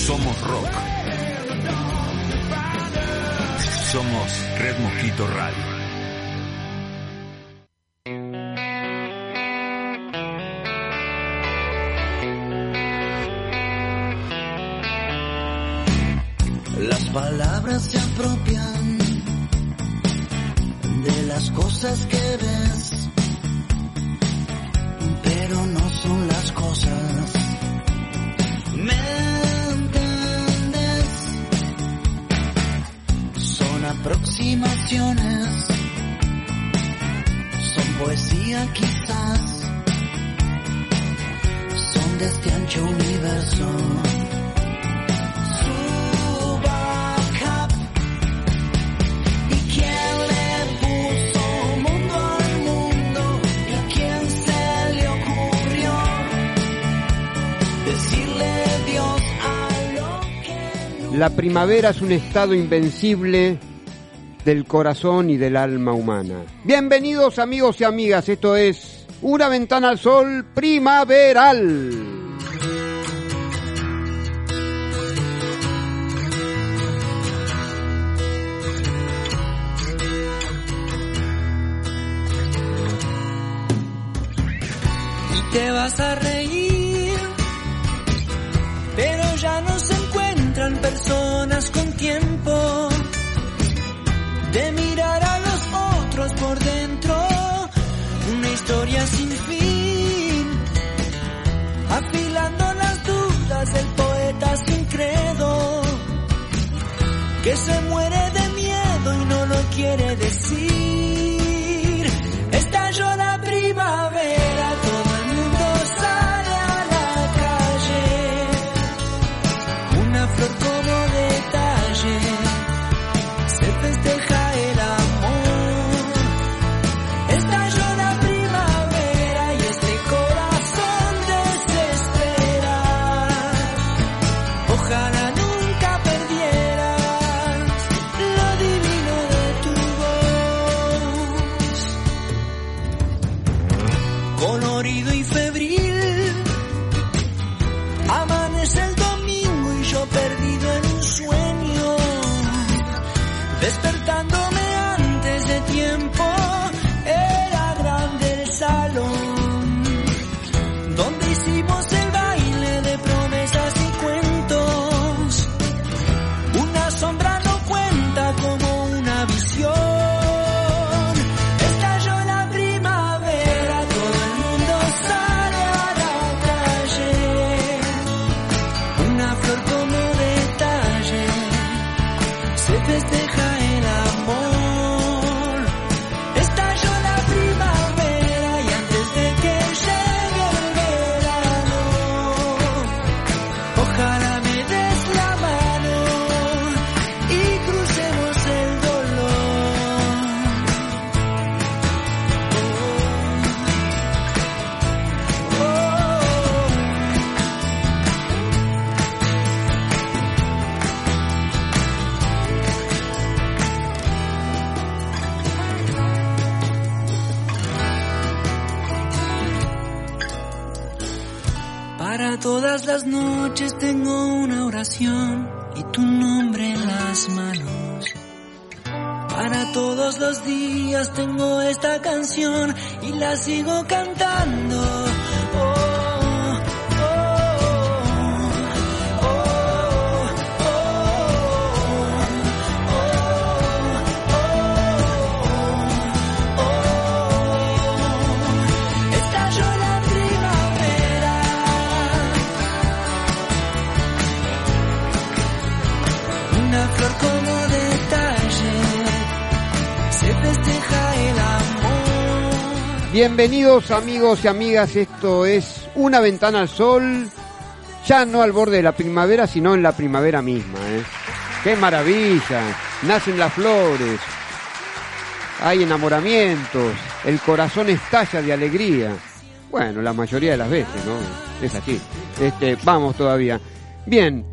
Somos rock. Somos Red Mosquito Radio. Las palabras se apropian de las cosas que ves, pero no son las cosas. ¿Me entiendes? Son aproximaciones, son poesía quizás, son de este ancho universo. La primavera es un estado invencible del corazón y del alma humana. Bienvenidos amigos y amigas, esto es Una Ventana al Sol primaveral. Y te vas a reír, pero ya no se encuentran personas con tiempo de mirar a los otros por dentro. Una historia sin fin, afilando las dudas del poeta sin credo, que se muere de miedo y no lo quiere decir. Estalló la primavera, todo el mundo sale a la calle, una flor como detalle, se festeja el amor. Estalló la primavera y este corazón desespera. Ojalá nunca perdieras lo divino de tu voz. Colorido y febril, amanece el domingo y yo perdido en un sueño, despertándome antes de tiempo. Era grande el salón donde hicimos el baile de promesas y cuentos. Una sombra no cuenta como una visión. Estalló la primavera, todo el mundo sale a la calle, una flor como detalle, se festeja el amor. Estalló la primavera y antes de que llegue el verano, ojalá me des la mano y crucemos el dolor. Para todas las noches tengo una oración y tu nombre en las manos. Para todos los días tengo esta canción y la sigo cantando. Oh, oh, oh, oh, oh, oh. Estalló la primavera, una flor como detalle, se festeja el amor. Bienvenidos amigos y amigas, esto es Una Ventana al Sol, ya no al borde de la primavera, sino en la primavera misma, ¡Qué maravilla! Nacen las flores, hay enamoramientos, el corazón estalla de alegría. Bueno, la mayoría de las veces, ¿no? Es así. Vamos todavía. Bien,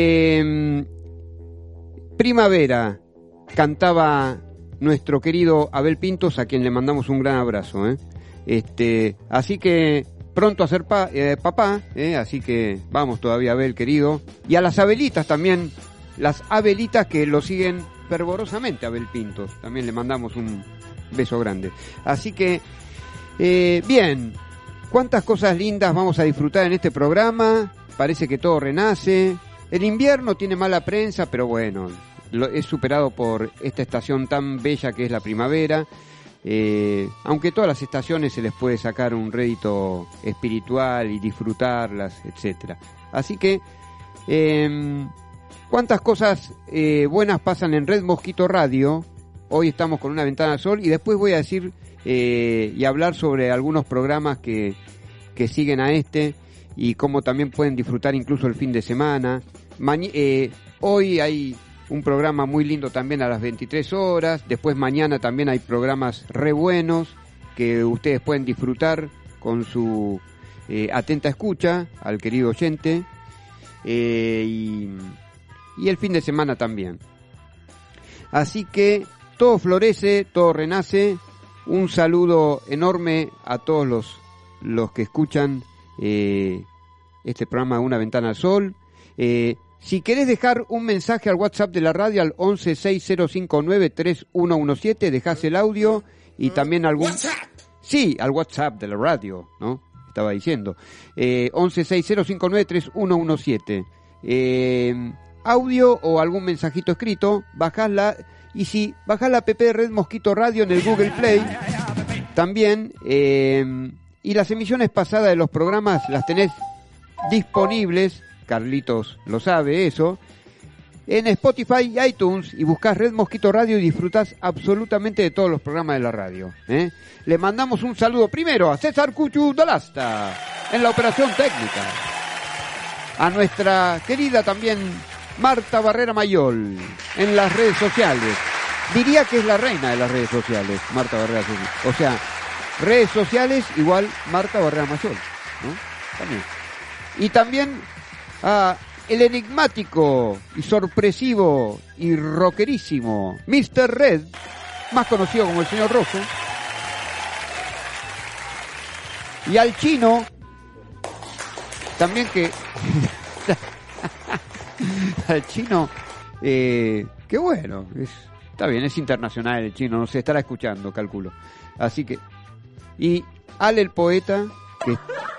primavera, cantaba nuestro querido Abel Pintos, a quien le mandamos un gran abrazo, Así que pronto a ser papá, así que vamos todavía, Abel, querido. Y a las Abelitas también, las Abelitas que lo siguen fervorosamente, Abel Pintos. También le mandamos un beso grande. Así que, bien, cuántas cosas lindas vamos a disfrutar en este programa. Parece que todo renace. El invierno tiene mala prensa, pero bueno, es superado por esta estación tan bella que es la primavera. Aunque todas las estaciones se les puede sacar un rédito espiritual y disfrutarlas, etcétera. Así que cuántas cosas buenas pasan en Red Mosquito Radio. Hoy estamos con Una Ventana al Sol y después voy a decir y hablar sobre algunos programas que siguen a este y cómo también pueden disfrutar incluso el fin de semana. Hoy hay un programa muy lindo también a las 23 horas. Después mañana también hay programas re buenos que ustedes pueden disfrutar con su atenta escucha al querido oyente. Y el fin de semana también. Así que todo florece, todo renace. Un saludo enorme a todos los que escuchan este programa Una Ventana al Sol. Si querés dejar un mensaje al WhatsApp de la radio al 1160593117, dejás el audio y también algún... WhatsApp. Sí, al WhatsApp de la radio, ¿no? Estaba diciendo. 1160593117. Audio o algún mensajito escrito, bajásla. Y si bajás la app de Red Mosquito Radio en el Google Play, también... y las emisiones pasadas de los programas las tenés disponibles... Carlitos lo sabe eso, en Spotify y iTunes, y buscás Red Mosquito Radio y disfrutás absolutamente de todos los programas de la radio. Le mandamos un saludo primero a César Cuchu Dalasta en la operación técnica, a nuestra querida también Marta Barrera Mayol en las redes sociales. Diría que es la reina de las redes sociales, Marta Barrera, o sea, redes sociales igual Marta Barrera Mayol, ¿no? También. Y también el enigmático y sorpresivo y rockerísimo Mr. Red, más conocido como el señor Rojo, y al chino también que al chino que bueno, está bien, es internacional el chino, nos estará escuchando, calculo, así que, y Ale el poeta que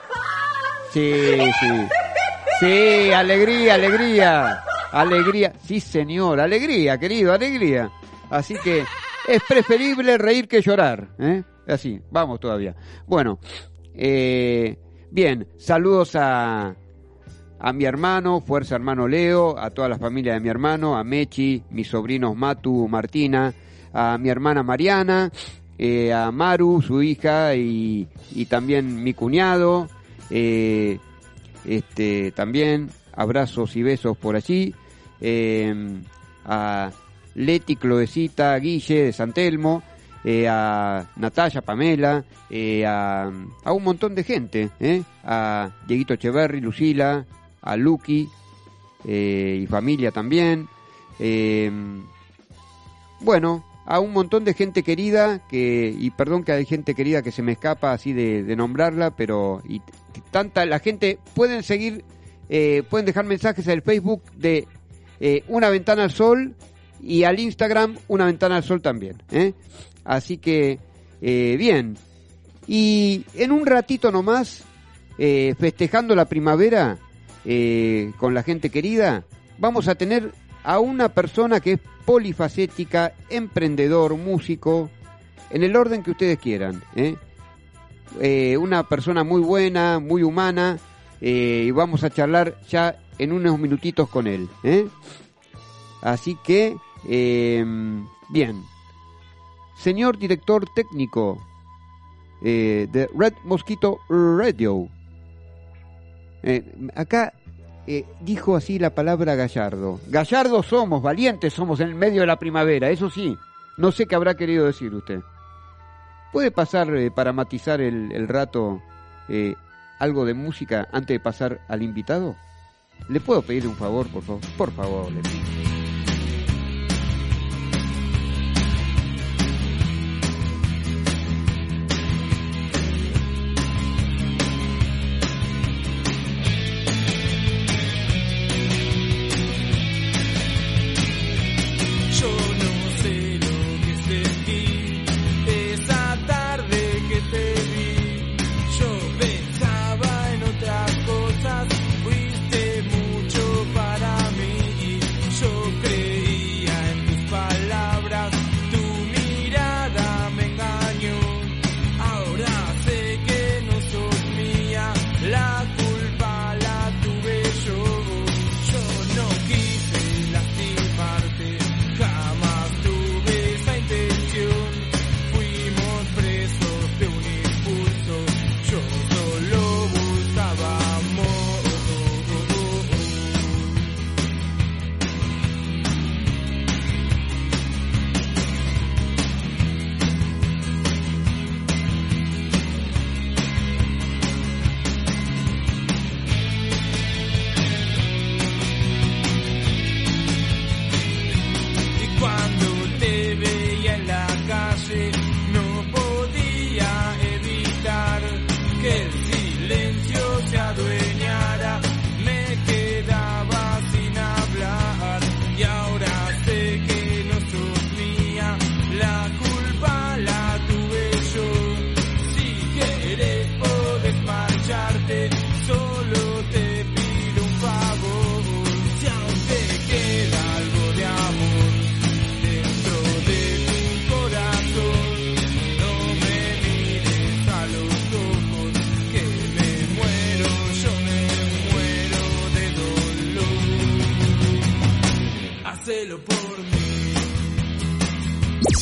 sí, alegría, sí señor, alegría, querido, alegría. Así que es preferible reír que llorar, así, vamos todavía. Bueno, bien, saludos a mi hermano, fuerza hermano Leo, a toda la familia de mi hermano, a Mechi, mis sobrinos Matu, Martina, a mi hermana Mariana, a Maru, su hija, y también mi cuñado, también abrazos y besos por allí, a Leti, Cloecita, Guille de San Telmo, a Natalia, Pamela, a un montón de gente, a Dieguito Echeverri, Lucila, a Luqui y familia también, bueno, a un montón de gente querida y perdón que hay gente querida que se me escapa así de nombrarla, pero tanta la gente, pueden seguir, pueden dejar mensajes al Facebook de Una Ventana al Sol y al Instagram Una Ventana al Sol también, así que bien, y en un ratito nomás, festejando la primavera con la gente querida, vamos a tener a una persona que es polifacética, emprendedor, músico, en el orden que ustedes quieran, una persona muy buena, muy humana, y vamos a charlar ya en unos minutitos con él, así que bien, señor director técnico de Red Mosquito Radio, acá dijo así la palabra gallardo. Gallardos somos, valientes somos en el medio de la primavera, eso sí. No sé qué habrá querido decir usted. ¿Puede pasar para matizar el rato algo de música antes de pasar al invitado? ¿Le puedo pedir un favor, por favor? Por favor, le pido.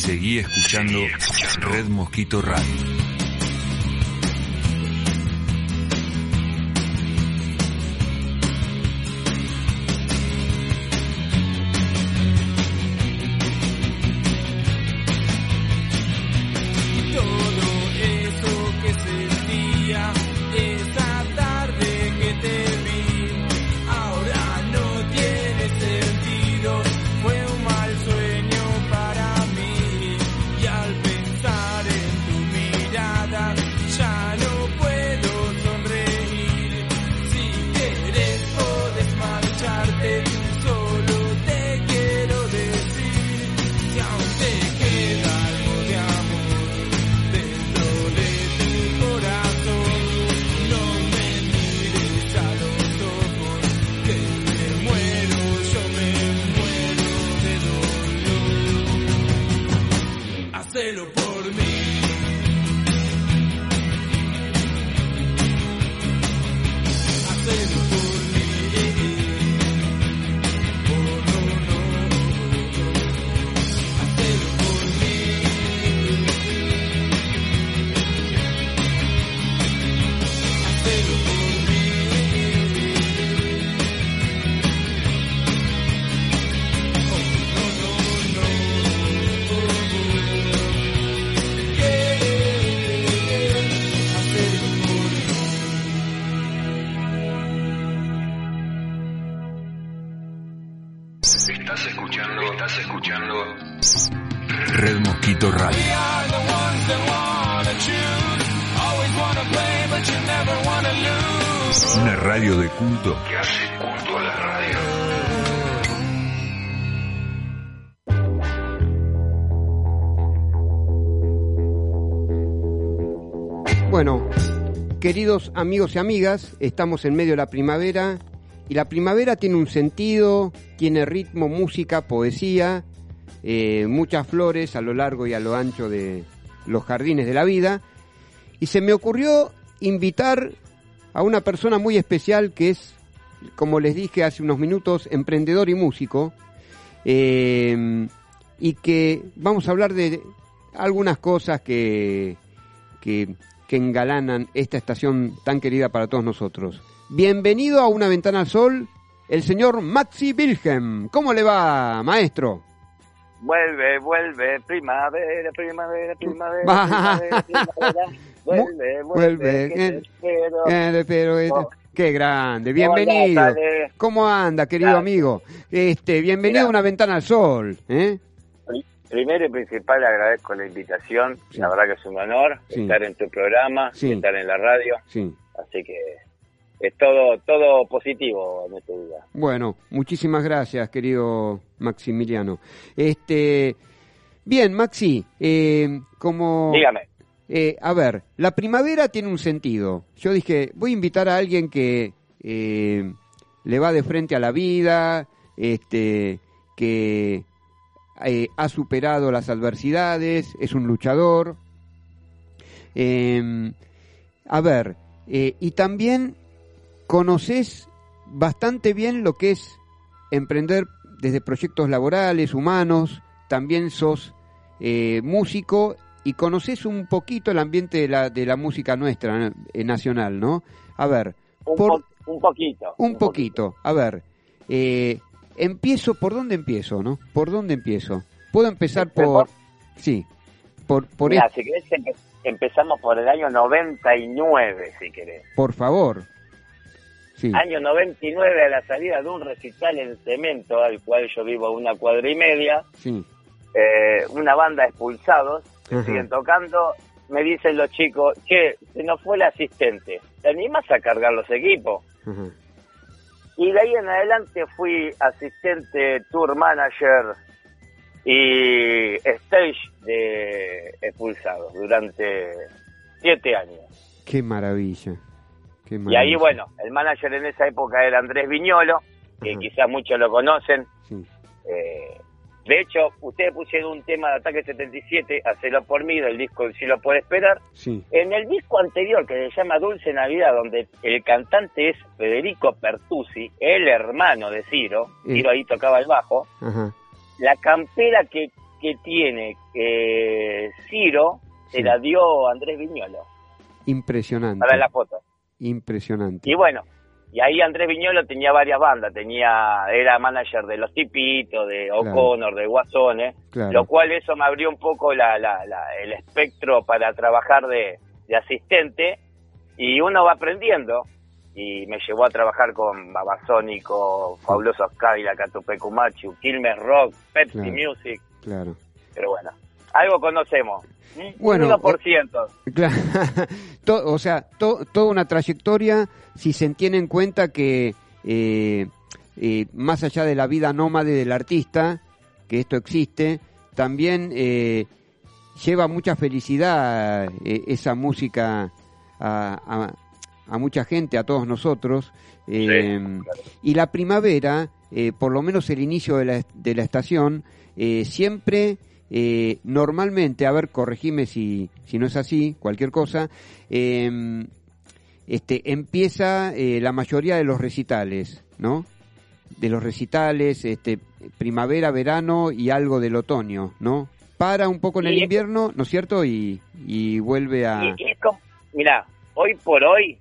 Seguí escuchando Red Mosquito Radio. Estás escuchando Red Mosquito Radio. Una radio de culto que hace culto a la radio. Bueno, queridos amigos y amigas, estamos en medio de la primavera y la primavera tiene un sentido, tiene ritmo, música, poesía, muchas flores a lo largo y a lo ancho de los jardines de la vida, y se me ocurrió invitar a una persona muy especial que es, como les dije hace unos minutos, emprendedor y músico, y que vamos a hablar de algunas cosas que engalanan esta estación tan querida para todos nosotros. Bienvenido a Una Ventana al Sol, el señor Maxi Wilhelm. ¿Cómo le va, maestro? Vuelve, primavera, primavera, primavera, primavera. Vuelve, pero qué grande, bienvenido. Hola, ¿Cómo anda, querido amigo? Bienvenido a Una Ventana al Sol, Primero y principal, agradezco la invitación. Sí. La verdad que es un honor estar en tu programa, estar en la radio. Sí. Así que es todo positivo en este día. Bueno, muchísimas gracias, querido Maximiliano. Bien, Maxi, como... Dígame. A ver, la primavera tiene un sentido. Yo dije, voy a invitar a alguien que le va de frente a la vida, que ha superado las adversidades, es un luchador. A ver, y también conoces bastante bien lo que es emprender desde proyectos laborales, humanos, también sos músico y conoces un poquito el ambiente de la música nuestra, nacional, ¿no? A ver, Un poquito. A ver, ¿por dónde empiezo, no? ¿Por dónde empiezo? Puedo empezar por... Sí, por Mirá, si querés empezamos por el año 99, si querés. Por favor. Sí. Año 99, a la salida de un recital en Cemento, al cual yo vivo a 1 cuadra y media. Sí. Una banda Expulsados, que Ajá. siguen tocando. Me dicen los chicos, che, se nos fue el asistente, ¿te animas a cargar los equipos? Ajá. Y de ahí en adelante fui asistente, tour manager y stage de Expulsados durante 7 años. Qué maravilla. Qué Y maravilla. ahí, bueno, el manager en esa época era Andrés Viñolo, que Ajá. quizás muchos lo conocen. Sí. De hecho, ustedes pusieron un tema de Ataque 77, Hacelo por mí, del disco Si lo puede esperar. Sí. En el disco anterior, que se llama Dulce Navidad, donde el cantante es Federico Pertusi, el hermano de Ciro, Ciro ahí tocaba el bajo, Ajá. la campera que que tiene Ciro se Sí. la dio Andrés Viñolo Impresionante. para la foto. Impresionante. Y bueno, y ahí Andrés Viñolo tenía varias bandas, era manager de Los Tipitos, de O'Connor, de Guasones, Claro. lo cual eso me abrió un poco el espectro para trabajar de asistente, y uno va aprendiendo, y me llevó a trabajar con Babasónico, Fabulosos Cadillac, Catupecu Machu, Quilmes Rock, Pepsi Claro. Music, Claro. pero bueno, algo conocemos, Bueno, 1%. Claro. O sea, toda una trayectoria, si se tiene en cuenta que más allá de la vida nómade del artista, que esto existe, también lleva mucha felicidad esa música a mucha gente, a todos nosotros. Claro. Y la primavera, por lo menos el inicio de la estación, siempre... normalmente, a ver, corregime si no es así, cualquier cosa, empieza la mayoría de los recitales, ¿no? De los recitales, primavera, verano y algo del otoño, ¿no? Para un poco en el invierno, ¿no es cierto? Y vuelve a... Y es como, mirá, hoy por hoy,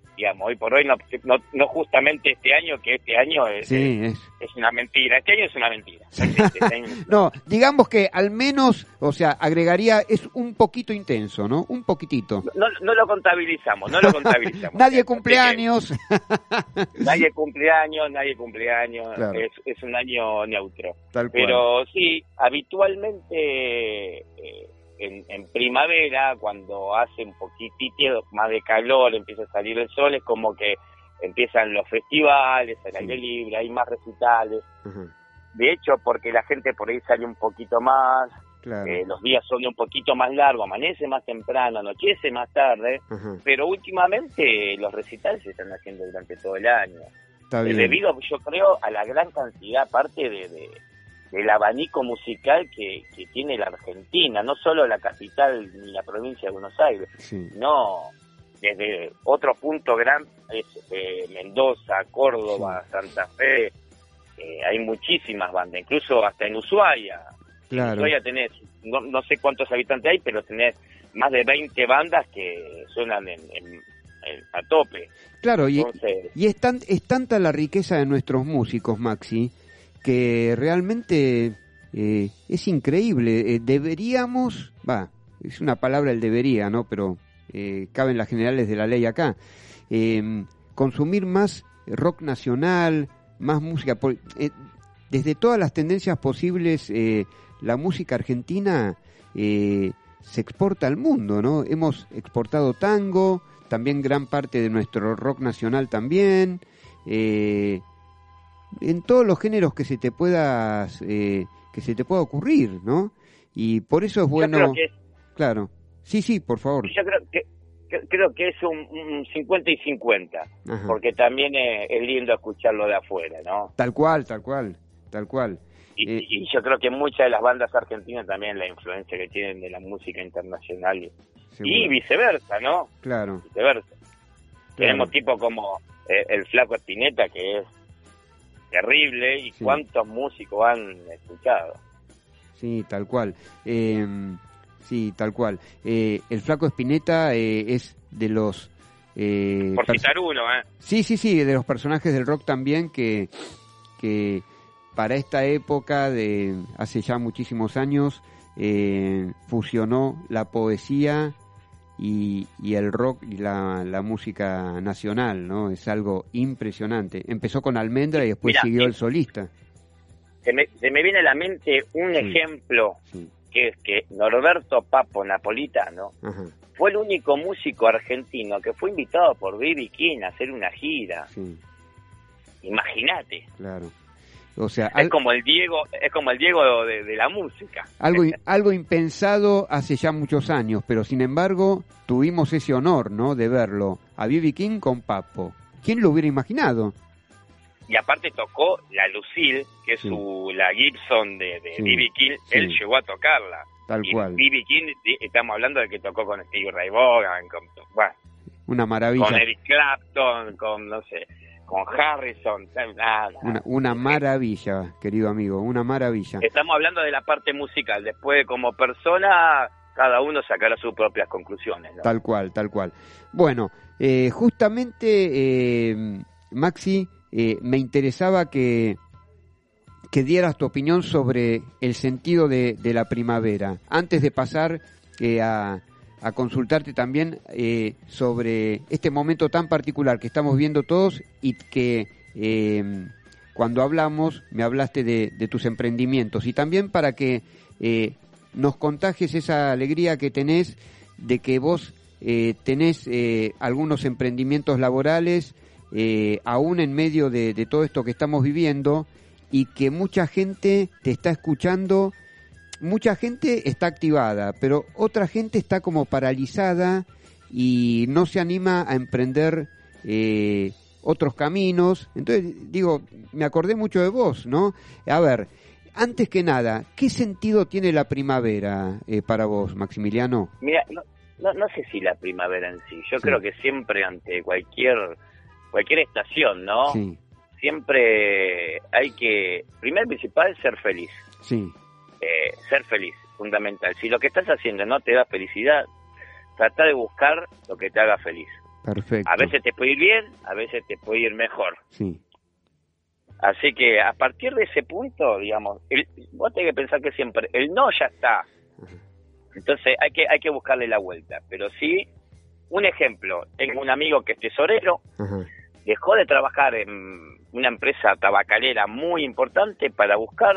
no justamente este año, que este año es una mentira. Este año es una mentira. No, digamos que al menos, o sea, agregaría, es un poquito intenso, ¿no? Un poquitito. No lo contabilizamos. Nadie cumpleaños. Nadie cumpleaños. Claro. Es un año neutro. Tal cual. Pero sí, habitualmente... En primavera, cuando hace un poquitito más de calor, empieza a salir el sol, es como que empiezan los festivales, el aire libre, hay más recitales. Ajá. De hecho, porque la gente por ahí sale un poquito más, Claro. los días son un poquito más largos, amanece más temprano, anochece más tarde, Ajá. pero últimamente los recitales se están haciendo durante todo el año. Está bien. Debido, yo creo, a la gran cantidad, aparte del abanico musical que tiene la Argentina, no solo la capital ni la provincia de Buenos Aires, Sí. no, desde otro punto gran es Mendoza, Córdoba, Santa Fe, hay muchísimas bandas, incluso hasta en Ushuaia. Claro. En Ushuaia tenés, no sé cuántos habitantes hay, pero tenés más de 20 bandas que suenan a tope. Claro, Entonces, y es tanta la riqueza de nuestros músicos, Maxi, que realmente es increíble. Deberíamos, es una palabra el debería, ¿no? Pero caben las generales de la ley acá. Consumir más rock nacional, más música. Desde todas las tendencias posibles, la música argentina se exporta al mundo, ¿no? Hemos exportado tango, también gran parte de nuestro rock nacional también. En todos los géneros que se te pueda ocurrir, ¿no? Y por eso es bueno. yo creo que Claro. Sí, por favor. yo creo que es un 50 y 50, Ajá. porque también es lindo escucharlo de afuera, ¿no? Tal cual. Y yo creo que muchas de las bandas argentinas también la influencia que tienen de la música internacional y viceversa, ¿no? Claro. Viceversa. Claro. Tenemos tipos como el Flaco Spinetta, que es terrible, y Sí. cuántos músicos han escuchado. Sí, tal cual. El Flaco Spinetta es de los... Por citar uno, Sí, de los personajes del rock también que para esta época de hace ya muchísimos años fusionó la poesía y el rock y la música nacional, ¿no? Es algo impresionante. Empezó con Almendra y después siguió el solista. Se me viene a la mente un ejemplo, que es que Norberto Papo Napolitano Ajá. fue el único músico argentino que fue invitado por B.B. King a hacer una gira. Sí. Imagínate. Claro. O sea, Es como el Diego de la música. algo impensado hace ya muchos años, pero sin embargo tuvimos ese honor, ¿no? De verlo a B.B. King con Papo. ¿Quién lo hubiera imaginado? Y aparte tocó la Lucille, que es la Gibson de B.B. King. Él llegó a tocarla. Tal cual. B.B. King, estamos hablando de que tocó con Stevie Ray Vaughan, una maravilla. con Eric Clapton, con con Harrison, nada. Una maravilla, querido amigo, una maravilla. Estamos hablando de la parte musical, después como persona cada uno sacará sus propias conclusiones, ¿no? Tal cual. Bueno, justamente, Maxi, me interesaba que dieras tu opinión sobre el sentido de la primavera, antes de pasar a consultarte también sobre este momento tan particular que estamos viendo todos y que cuando hablamos me hablaste de tus emprendimientos, y también para que nos contagies esa alegría que tenés de que vos tenés algunos emprendimientos laborales aún en medio de todo esto que estamos viviendo, y que mucha gente te está escuchando. Mucha gente está activada, pero otra gente está como paralizada y no se anima a emprender otros caminos. Entonces, digo, me acordé mucho de vos, ¿no? A ver, antes que nada, ¿qué sentido tiene la primavera para vos, Maximiliano? Mira, no sé si la primavera en sí. Yo creo que siempre ante cualquier estación, ¿no? Sí. Siempre hay que, primer principal, ser feliz. Sí. Ser feliz, fundamental. Si lo que estás haciendo no te da felicidad, trata de buscar lo que te haga feliz. Perfecto. A veces te puede ir bien, a veces te puede ir mejor. Sí. Así que a partir de ese punto, digamos, vos tenés que pensar que siempre el no ya está. Ajá. Entonces hay que buscarle la vuelta. Pero sí, un ejemplo, tengo un amigo que es tesorero. Ajá. Dejó de trabajar en una empresa tabacalera muy importante para buscar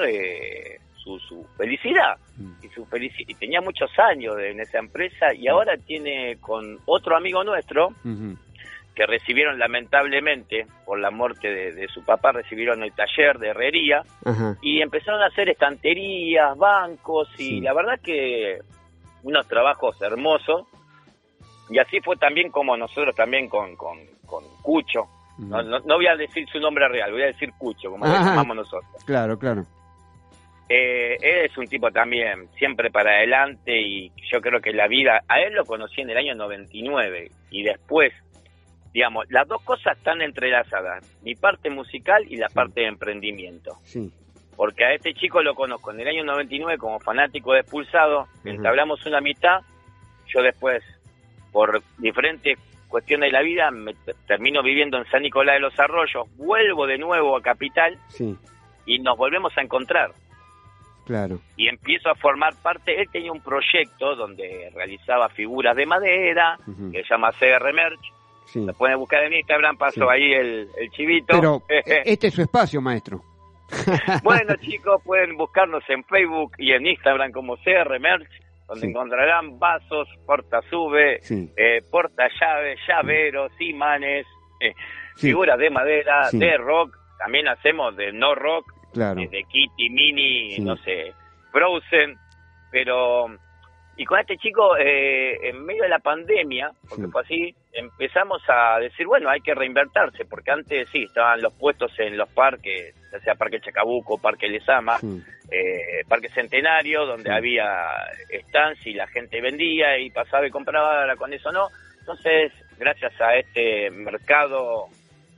su felicidad. Y tenía muchos años en esa empresa, y ahora tiene con otro amigo nuestro, que recibieron lamentablemente por la muerte de su papá, recibieron el taller de herrería. Ajá. Y empezaron a hacer estanterías, bancos, y la verdad que unos trabajos hermosos. Y así fue también como nosotros también con Cucho. No voy a decir su nombre real, voy a decir Cucho, como le llamamos nosotros. Claro. Él es un tipo también siempre para adelante, y yo creo que la vida, a él lo conocí en el año 99, y después, digamos, las dos cosas están entrelazadas, mi parte musical y la parte de emprendimiento. Sí. Porque a este chico lo conozco en el año 99 como fanático de Expulsado, entablamos una amistad, yo después, por diferentes cuestiones de la vida, me termino viviendo en San Nicolás de los Arroyos, vuelvo de nuevo a Capital, y nos volvemos a encontrar. Claro. Y empiezo a formar parte. Él tenía un proyecto donde realizaba figuras de madera, que se llama CR Merch. Lo pueden buscar en Instagram, paso ahí el chivito. Pero este es su espacio, maestro. Bueno, chicos, pueden buscarnos en Facebook y en Instagram como CR Merch, donde encontrarán vasos, portasube, portallaves, llaveros, imanes, figuras de madera, de rock. También hacemos de no rock. Claro. De Kitty, Mini, no sé, Frozen, pero... Y con este chico, en medio de la pandemia, porque fue así, empezamos a decir, bueno, hay que reinvertirse, porque antes estaban los puestos en los parques, ya sea Parque Chacabuco, Parque Lezama, Parque Centenario, donde había stands y la gente vendía y pasaba y compraba, ahora con eso no. Entonces, gracias a este mercado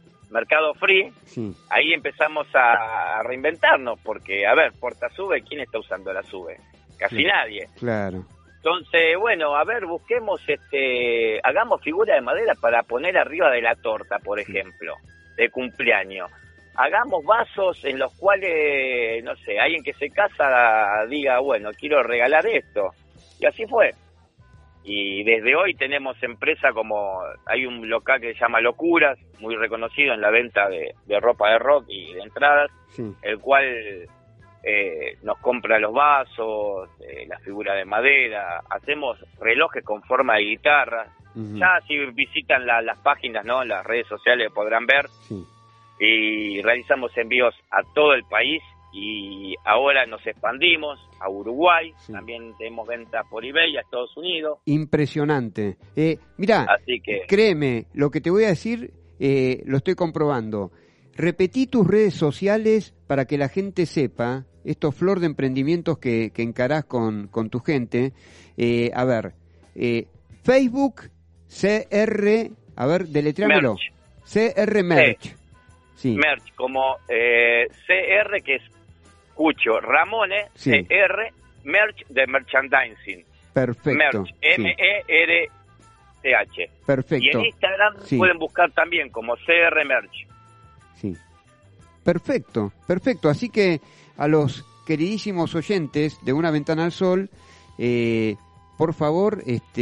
free, ahí empezamos a reinventarnos, porque, a ver, portasube, ¿quién está usando la sube? Casi nadie. Claro. Entonces, bueno, a ver, busquemos, hagamos figuras de madera para poner arriba de la torta, por ejemplo, de cumpleaños. Hagamos vasos en los cuales, no sé, alguien que se casa diga, bueno, quiero regalar esto. Y así fue. Y desde hoy tenemos empresa como, hay un local que se llama Locuras, muy reconocido en la venta de ropa de rock y de entradas, el cual nos compra los vasos, las figuras de madera, hacemos relojes con forma de guitarra. Ya si visitan las páginas, ¿no?, las redes sociales podrán ver, y realizamos envíos a todo el país. Y ahora nos expandimos a Uruguay, también tenemos ventas por eBay a Estados Unidos. Impresionante. Mirá, así que... créeme, lo que te voy a decir lo estoy comprobando. Repetí tus redes sociales para que la gente sepa estos flor de emprendimientos que encarás con tu gente. A ver, Facebook, CR, a ver, deletréamelo. CR Merch. Sí. Merch, como CR, que es Cucho Ramone, Sí. CR, Merch de Merchandising. Perfecto. Merch, MERCH. Perfecto. Y en Instagram Sí. pueden buscar también como CR Merch. Sí. Perfecto, perfecto. Así que a los queridísimos oyentes de Una Ventana al Sol, por favor,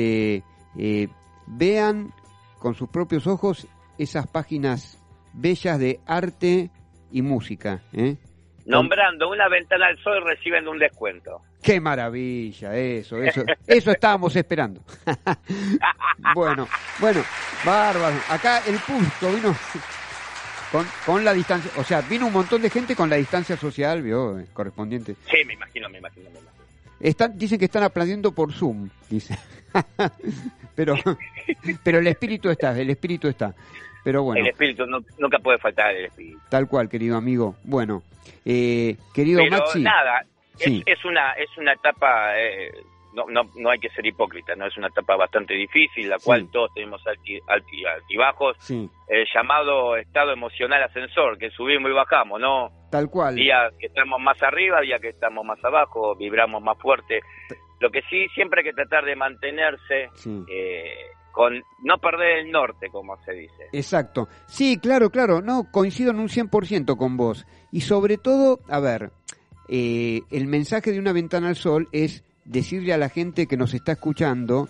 vean con sus propios ojos esas páginas bellas de arte y música. Nombrando Una Ventana al Sol reciben un descuento. ¡Qué maravilla! Eso estábamos esperando. Bueno, bárbaro. Acá el público vino con la distancia, o sea, vino un montón de gente con la distancia social, vio, correspondiente. Sí, me imagino. Dicen que están aplaudiendo por Zoom, dice. pero el espíritu está. Pero bueno. El espíritu, nunca puede faltar el espíritu. Tal cual, querido amigo. Bueno, querido Pero Maxi. nada, Sí. es una etapa, no hay que ser hipócrita, no es una etapa bastante difícil, la cual todos tenemos altibajos. Sí. El llamado estado emocional ascensor, que subimos y bajamos, ¿no? Tal cual. Día que estamos más arriba, día que estamos más abajo, vibramos más fuerte. Lo que sí, siempre hay que tratar de mantenerse con no perder el norte, como se dice. Exacto. Sí, claro, no, coincido en un 100% con vos. Y sobre todo, a ver, el mensaje de Una Ventana al Sol es decirle a la gente que nos está escuchando,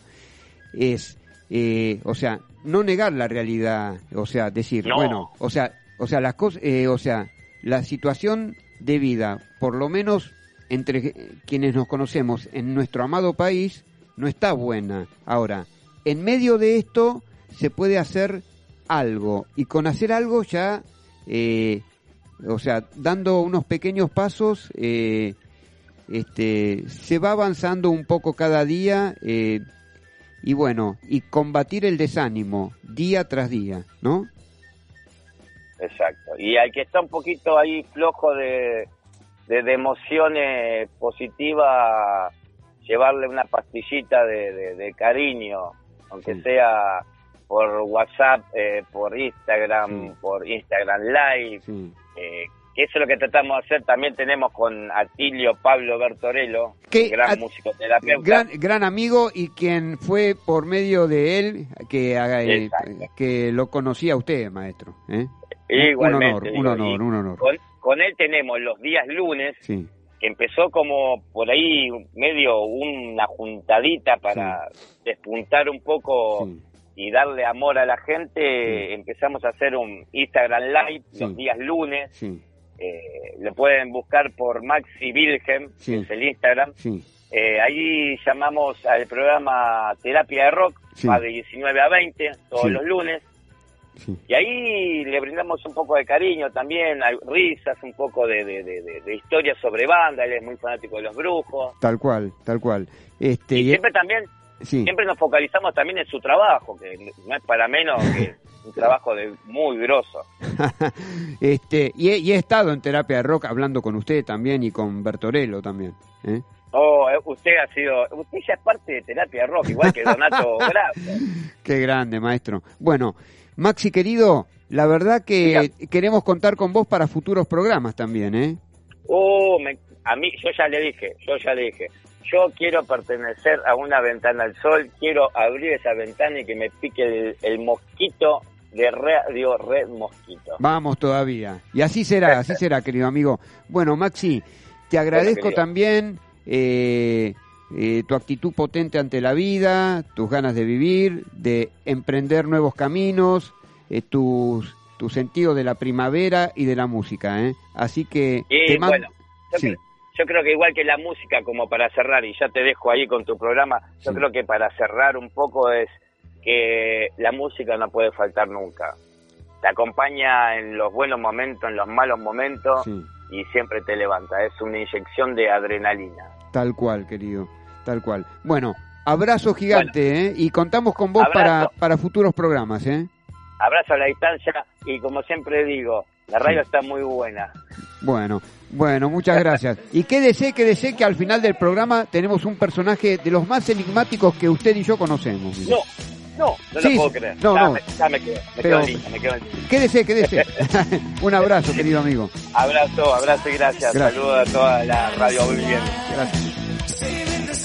o sea, no negar la realidad, o sea, decir, No. bueno, o sea, las cosas, o sea, la situación de vida, por lo menos entre quienes nos conocemos en nuestro amado país, no está buena. Ahora, en medio de esto se puede hacer algo, y con hacer algo ya, o sea, dando unos pequeños pasos, se va avanzando un poco cada día, y bueno, y combatir el desánimo día tras día, ¿no? Exacto. Y al que está un poquito ahí flojo de emociones positivas, llevarle una pastillita de cariño, aunque sea por WhatsApp, por Instagram Live, que eso es lo que tratamos de hacer. También tenemos con Atilio Pablo Bertorello, gran musicoterapeuta. Gran amigo, y quien fue por medio de él que lo conocía a usted, maestro. Igualmente. Un honor. Con él tenemos los días lunes, Sí. que empezó como por ahí medio una juntadita para despuntar un poco y darle amor a la gente. Empezamos a hacer un Instagram Live los días lunes. Lo pueden buscar por Maxi Wilhelm, que es el Instagram. Ahí llamamos al programa Terapia de Rock, va de 19 a 20 todos los lunes. Y ahí le brindamos un poco de cariño también, hay risas, un poco de historias sobre banda. Él es muy fanático de Los Brujos. Tal cual. Y siempre también, siempre nos focalizamos también en su trabajo, que no es para menos que un trabajo muy grosso. y he estado en Terapia de Rock hablando con usted también, y con Bertorello también. Usted ya es parte de Terapia de Rock, igual que Donato Grasso. Qué grande, maestro. Bueno, Maxi querido, la verdad que queremos contar con vos para futuros programas también, A mí, yo ya le dije, yo quiero pertenecer a Una Ventana al Sol, quiero abrir esa ventana y que me pique el mosquito de Radio Red Mosquito. Vamos todavía. Y así será, querido amigo. Bueno, Maxi, te agradezco también tu actitud potente ante la vida, tus ganas de vivir, de emprender nuevos caminos, tu sentido de la primavera y de la música, Así que te mando... Bueno, yo creo que igual que la música, como para cerrar, y ya te dejo ahí con tu programa, yo creo que para cerrar un poco es que la música no puede faltar nunca. Te acompaña en los buenos momentos, en los malos momentos, y siempre te levanta. Es una inyección de adrenalina. Tal cual, querido, tal cual. Bueno, abrazo gigante, y contamos con vos para futuros programas, Abrazo a la distancia, y como siempre digo, la radio está muy buena. Bueno, muchas gracias. Y quédese que al final del programa tenemos un personaje de los más enigmáticos que usted y yo conocemos. No Sí, lo puedo creer. no, no. Ya me quedo Pero- en línea, me quedo en línea. Quédese. Un abrazo, querido amigo. Abrazo y gracias. Gracias. Saludos a toda la radio viviente. Gracias.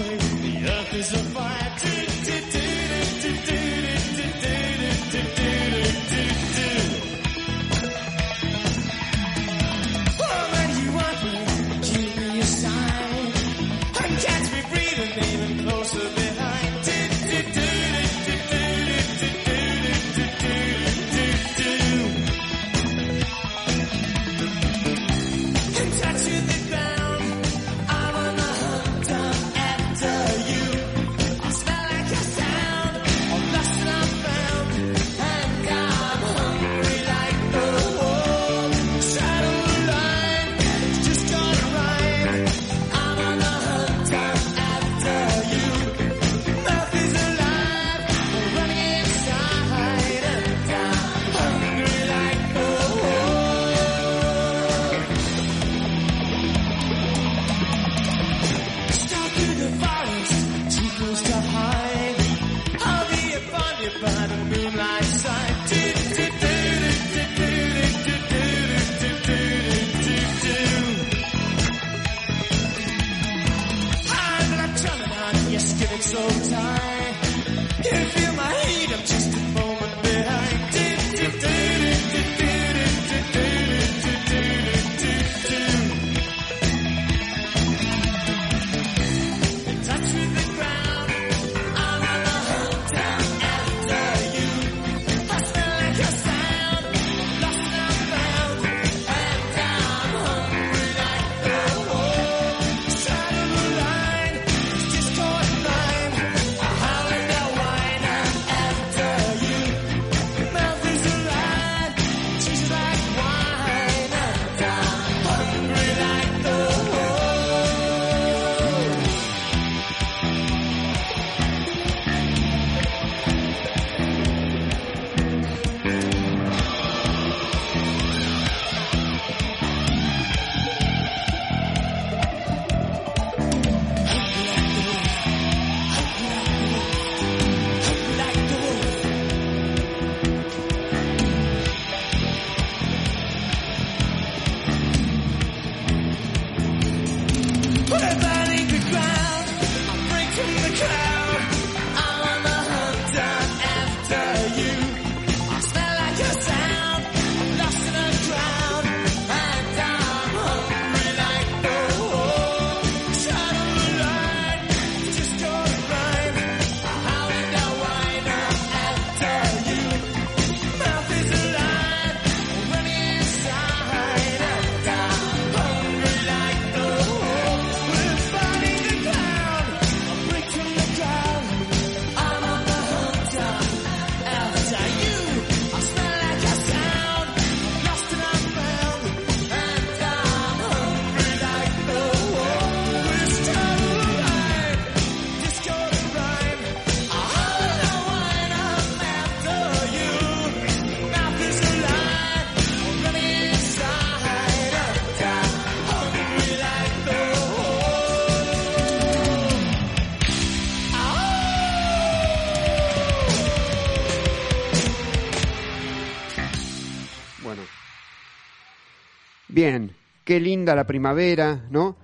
Bien, qué linda la primavera, ¿no?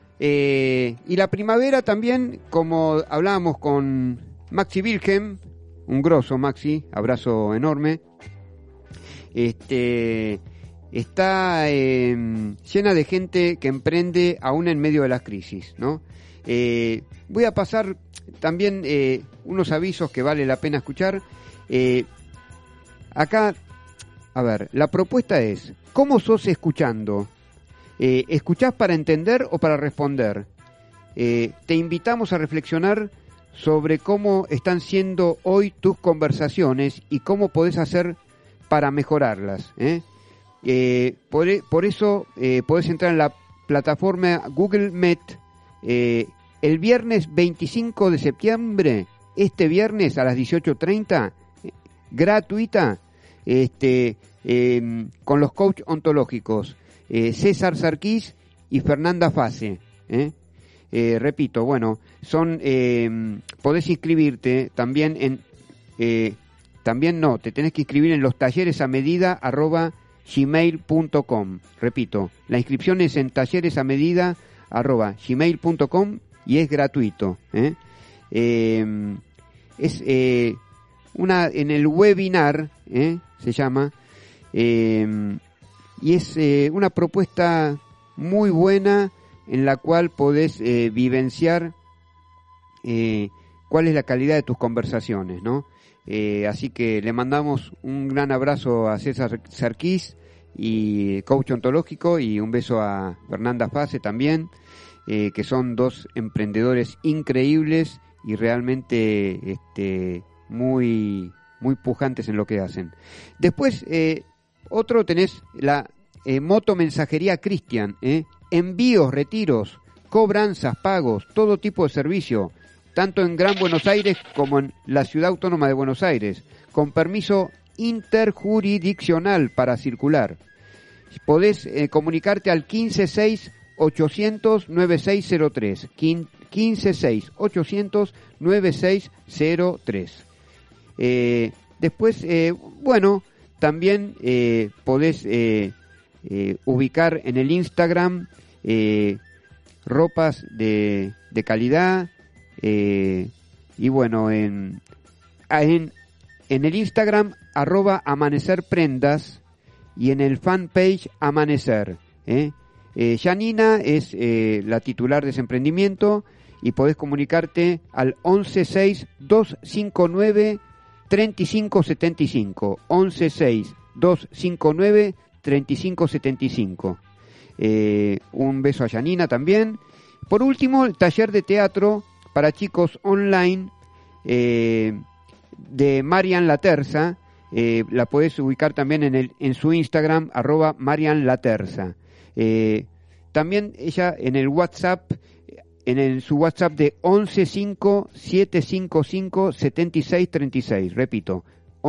Y la primavera también, como hablábamos con Maxi Wilhelm, un grosso Maxi, abrazo enorme, está llena de gente que emprende aún en medio de la crisis, ¿no? Voy a pasar también unos avisos que vale la pena escuchar. Acá, a ver, la propuesta es, ¿cómo sos escuchando? ¿Escuchás para entender o para responder? Te invitamos a reflexionar sobre cómo están siendo hoy tus conversaciones y cómo podés hacer para mejorarlas. Por eso podés entrar en la plataforma Google Meet el viernes 25 de septiembre, este viernes a las 18:30, gratuita, con los coach ontológicos César Sarquís y Fernanda Fase. Repito, bueno, podés inscribirte también también no, te tenés que inscribir en los talleresamedida@gmail.com. Repito, la inscripción es en talleresamedida@gmail.com y es gratuito. Es en el webinar, se llama, y es una propuesta muy buena en la cual podés vivenciar cuál es la calidad de tus conversaciones, ¿no? Así que le mandamos un gran abrazo a César Sarquís, y coach ontológico, y un beso a Fernanda Fase también, que son dos emprendedores increíbles y realmente muy, muy pujantes en lo que hacen. Después, otro tenés la motomensajería Cristian, envíos, retiros, cobranzas, pagos, todo tipo de servicio, tanto en Gran Buenos Aires como en la Ciudad Autónoma de Buenos Aires, con permiso interjurisdiccional para circular. Podés comunicarte al 156-800-9603, 156-800-9603. Después, también podés ubicar en el Instagram ropas de calidad, y bueno, en el Instagram @amanecerprendas y en el fanpage Amanecer. Janina es la titular de ese emprendimiento, y podés comunicarte al 116-259-3575, 116-259-3575. Un beso a Janina también. Por último, el taller de teatro para chicos online de Marian Laterza. La podés ubicar también en su Instagram @Marian Laterza. También ella en el WhatsApp, en su WhatsApp de 115-755-7636. Repito,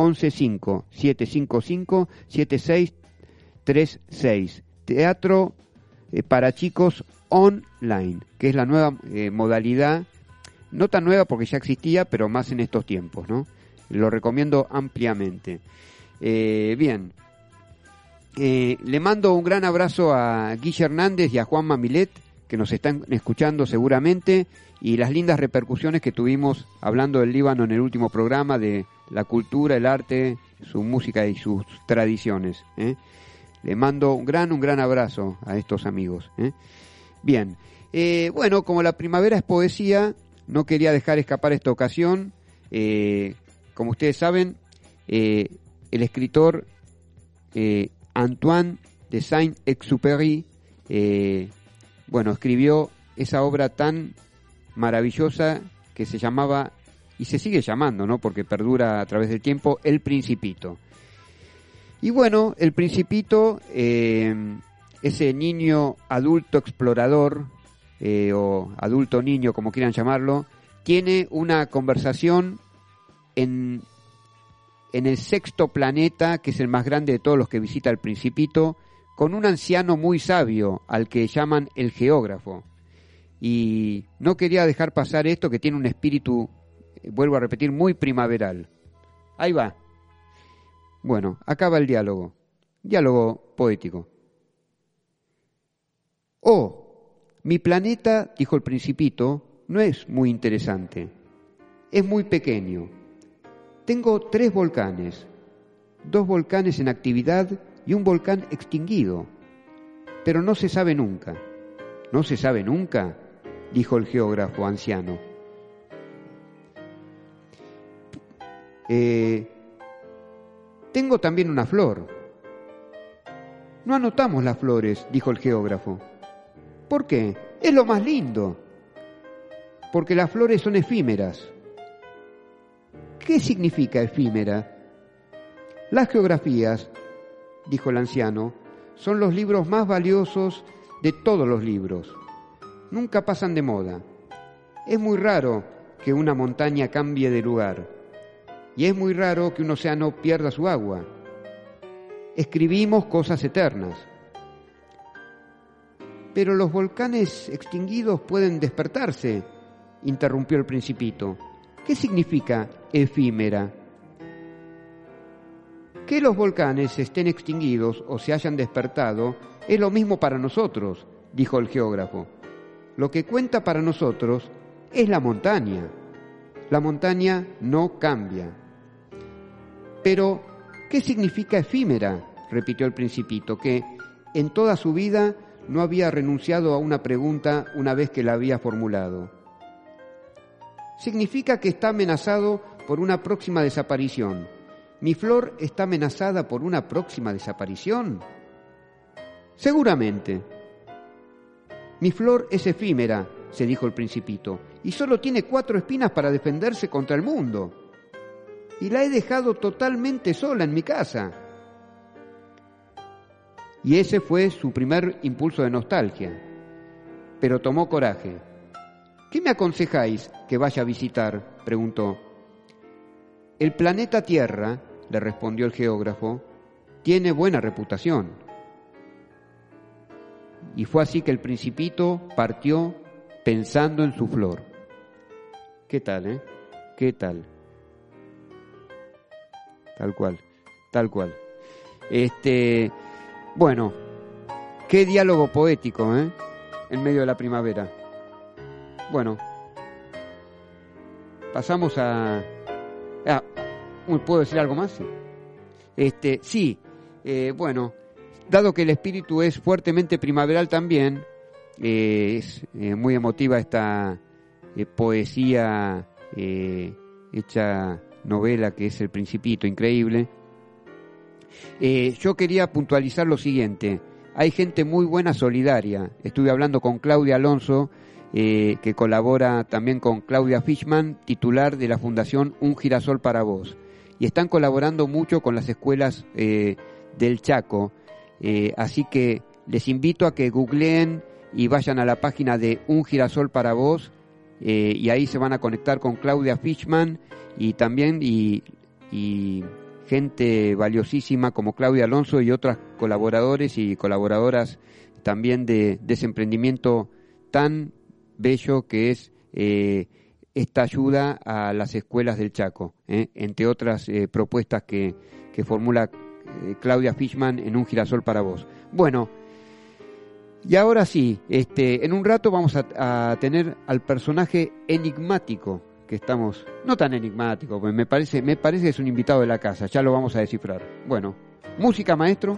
115-755-7636. Teatro para chicos online, que es la nueva modalidad, no tan nueva porque ya existía, pero más en estos tiempos, ¿no? Lo recomiendo ampliamente. Bien. Le mando un gran abrazo a Guille Hernández y a Juan Mamilet, que nos están escuchando seguramente, y las lindas repercusiones que tuvimos hablando del Líbano en el último programa, de la cultura, el arte, su música y sus tradiciones. Le mando un gran abrazo a estos amigos. Bien. Como la primavera es poesía, no quería dejar escapar esta ocasión. Como ustedes saben, el escritor Antoine de Saint-Exupéry, escribió esa obra tan maravillosa que se llamaba, y se sigue llamando, ¿no?, porque perdura a través del tiempo, El Principito. Y bueno, El Principito, ese niño adulto explorador, o adulto niño, como quieran llamarlo, tiene una conversación en el sexto planeta, que es el más grande de todos los que visita El Principito, con un anciano muy sabio al que llaman el geógrafo. Y no quería dejar pasar esto, que tiene un espíritu, vuelvo a repetir, muy primaveral. Ahí va. Bueno, acaba el diálogo poético. Mi planeta, dijo el Principito, no es muy interesante. Es muy pequeño. Tengo 3 volcanes, 2 volcanes en actividad y un volcán extinguido. Pero no se sabe nunca. ¿No se sabe nunca?, dijo el geógrafo anciano. Tengo también una flor. No anotamos las flores, dijo el geógrafo. ¿Por qué? Es lo más lindo. Porque las flores son efímeras. ¿Qué significa efímera? Las geografías, dijo el anciano, son los libros más valiosos de todos los libros. Nunca pasan de moda. Es muy raro que una montaña cambie de lugar. Y es muy raro que un océano pierda su agua. Escribimos cosas eternas. Pero los volcanes extinguidos pueden despertarse, interrumpió el Principito. ¿Qué significa efímera? Que los volcanes estén extinguidos o se hayan despertado es lo mismo para nosotros, dijo el geógrafo. Lo que cuenta para nosotros es la montaña. La montaña no cambia. Pero, ¿qué significa efímera?, repitió el Principito, que en toda su vida no había renunciado a una pregunta una vez que la había formulado. Significa que está amenazado por una próxima desaparición. ¿Mi flor está amenazada por una próxima desaparición? Seguramente. Mi flor es efímera, se dijo el Principito, y solo tiene 4 espinas para defenderse contra el mundo. Y la he dejado totalmente sola en mi casa. Y ese fue su primer impulso de nostalgia. Pero tomó coraje. ¿Qué me aconsejáis que vaya a visitar?, preguntó. El planeta Tierra, le respondió el geógrafo, tiene buena reputación. Y fue así que el Principito partió pensando en su flor. ¿Qué tal, ¿Qué tal? Tal cual, tal cual. Bueno, qué diálogo poético, en medio de la primavera. Bueno, pasamos a... ¿puedo decir algo más? Sí. Bueno, dado que el espíritu es fuertemente primaveral también, es muy emotiva esta poesía hecha novela que es El Principito, increíble. Yo quería puntualizar lo siguiente. Hay gente muy buena, solidaria. Estuve hablando con Claudia Alonso, que colabora también con Claudia Fishman, titular de la Fundación Un Girasol para Vos. Y están colaborando mucho con las escuelas del Chaco. Así que les invito a que googleen y vayan a la página de Un Girasol para Vos, y ahí se van a conectar con Claudia Fishman y también y gente valiosísima como Claudia Alonso y otros colaboradores y colaboradoras también de ese emprendimiento tan bello que es esta ayuda a las escuelas del Chaco, entre otras propuestas que formula Claudia Fishman en Un Girasol para Vos. Bueno, y ahora sí, en un rato vamos a tener al personaje enigmático que estamos, no tan enigmático, pues me parece que es un invitado de la casa, ya lo vamos a descifrar. Bueno, música, maestro.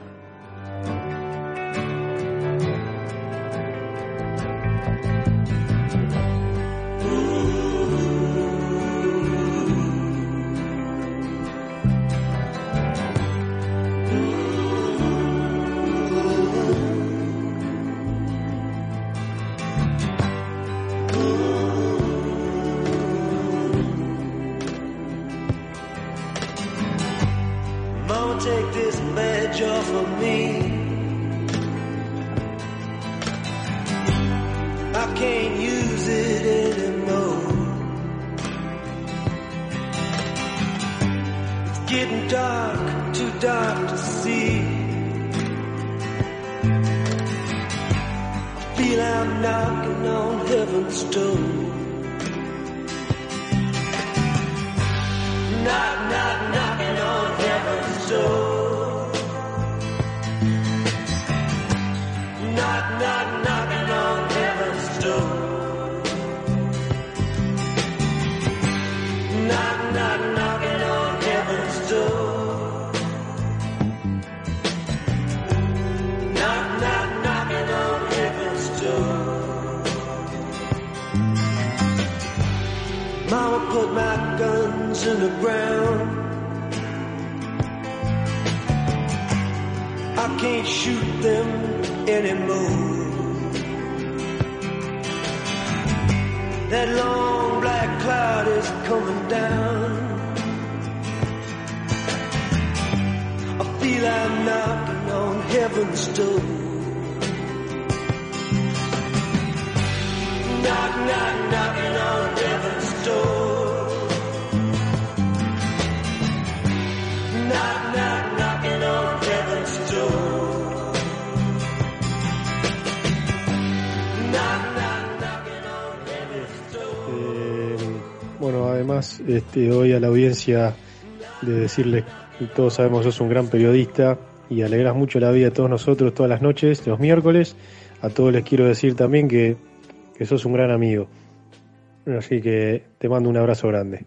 Bueno, además, hoy a la audiencia de decirles y todos sabemos que sos un gran periodista y alegras mucho la vida de todos nosotros todas las noches, los miércoles. A todos les quiero decir también que sos un gran amigo. Así que te mando un abrazo grande.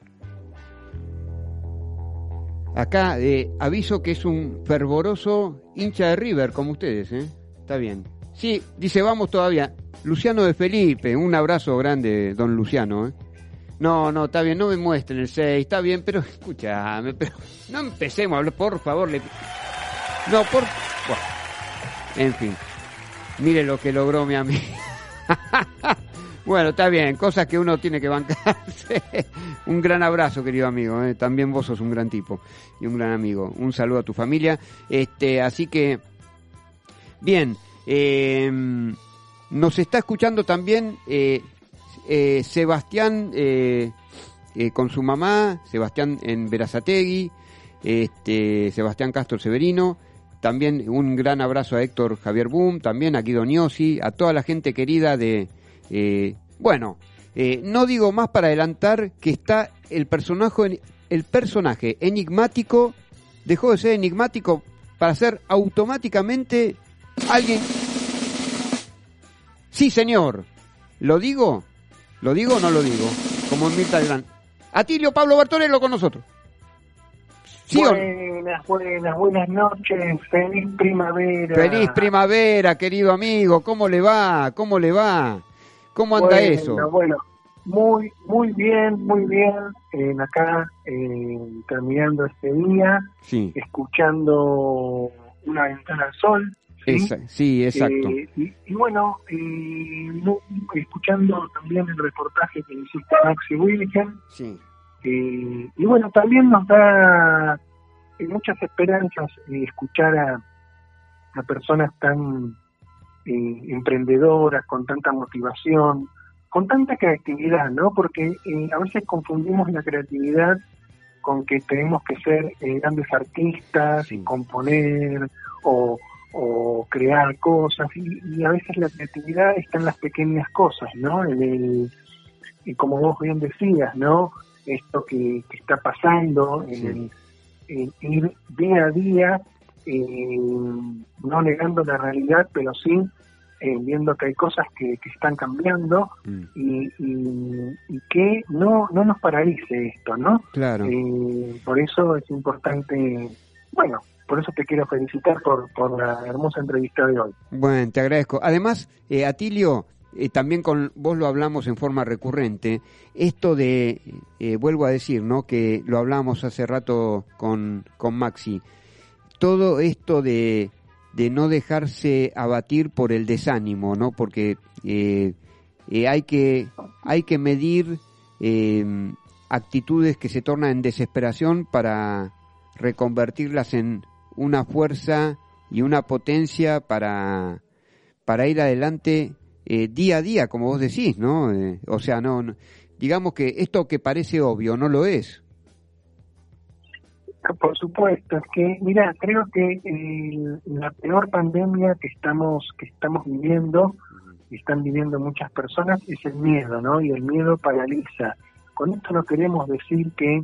Acá aviso que es un fervoroso hincha de River, como ustedes, ¿eh? Está bien. Sí, dice, vamos todavía. Luciano de Felipe, un abrazo grande, don Luciano, ¿eh? No, está bien, no me muestren el 6, está bien, pero escúchame, pero no empecemos a hablar, por favor. Bueno, en fin, mire lo que logró mi amigo. Bueno, está bien, cosas que uno tiene que bancarse. Un gran abrazo, querido amigo, ¿eh? También vos sos un gran tipo y un gran amigo. Un saludo a tu familia. Así que, bien, nos está escuchando también Sebastián con su mamá, Sebastián en Berazategui, Sebastián Castro Severino. También un gran abrazo a Héctor Javier Boom, también a Guido Gniosi, a toda la gente querida de... no digo más para adelantar que está el personaje enigmático, dejó de ser enigmático para ser automáticamente alguien. Sí, señor. ¿Lo digo? ¿Lo digo o no lo digo? Como en Mirta Legrand. Atilio Pablo Bertorello con nosotros. ¿Sí buenas noches, feliz primavera. Feliz primavera, querido amigo. ¿Cómo le va? ¿Cómo anda eso? Bueno, muy bien. Acá terminando este día, sí, escuchando Una ventana al sol. Sí, exacto. Y bueno, escuchando también el reportaje que hiciste Maxi Wilken. Sí. Y bueno, también nos da muchas esperanzas escuchar a personas tan emprendedoras, con tanta motivación, con tanta creatividad, ¿no? Porque a veces confundimos la creatividad con que tenemos que ser grandes artistas, y componer o crear cosas, y a veces la creatividad está en las pequeñas cosas, ¿no? Y como vos bien decías, ¿no? Esto que está pasando, en ir día a día, no negando la realidad, pero sí viendo que hay cosas que están cambiando y que no nos paralice esto, ¿no? Claro. Por eso es importante, bueno, por eso te quiero felicitar por la hermosa entrevista de hoy. Bueno, te agradezco. Además, Atilio, también con vos lo hablamos en forma recurrente, esto de, vuelvo a decir, ¿no? Que lo hablamos hace rato con Maxi, todo esto de no dejarse abatir por el desánimo, ¿no? Porque hay que medir actitudes que se tornan en desesperación para reconvertirlas en una fuerza y una potencia para ir adelante día a día, como vos decís, ¿no? O sea, no, digamos que esto que parece obvio no lo es. Por supuesto, es que, mira, creo que la peor pandemia que estamos viviendo, y están viviendo muchas personas, es el miedo, ¿no? Y el miedo paraliza. Con esto no queremos decir que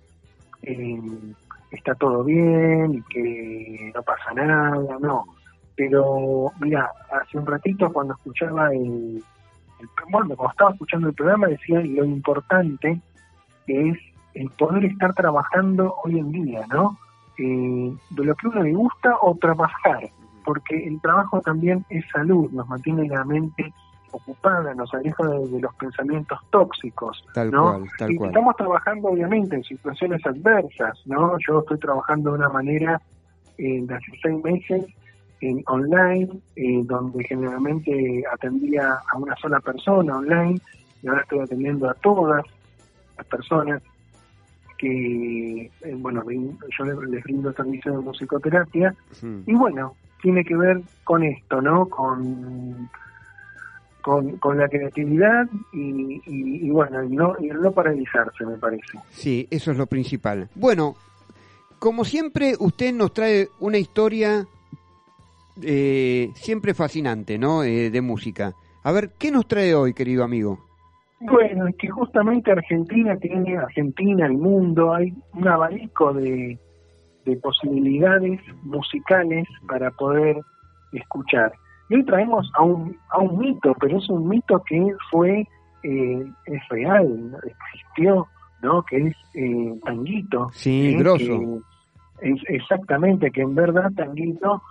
está todo bien y que no pasa nada, no. Pero, mira, hace un ratito cuando escuchaba cuando estaba escuchando el programa, decía lo importante que es el poder estar trabajando hoy en día, ¿no? De lo que uno le gusta o trabajar, porque el trabajo también es salud, nos mantiene la mente ocupada, nos aleja de los pensamientos tóxicos, tal ¿no? Tal cual. Estamos trabajando obviamente en situaciones adversas, ¿no? Yo estoy trabajando de una manera de hace 6 meses online, donde generalmente atendía a una sola persona online, y ahora estoy atendiendo a todas las personas que, yo les brindo servicio de musicoterapia, y bueno, tiene que ver con esto, ¿no? Con la creatividad y bueno, y el no paralizarse, me parece. Sí, eso es lo principal. Bueno, como siempre, usted nos trae una historia siempre fascinante, ¿no? De música. A ver, ¿qué nos trae hoy, querido amigo? Bueno, es que justamente Argentina, el mundo, hay un abanico de posibilidades musicales para poder escuchar. Y hoy traemos a un mito, pero es un mito que es real, existió, ¿no? Que es Tanguito. Sí, grosso. Exactamente, que en verdad Tanguito,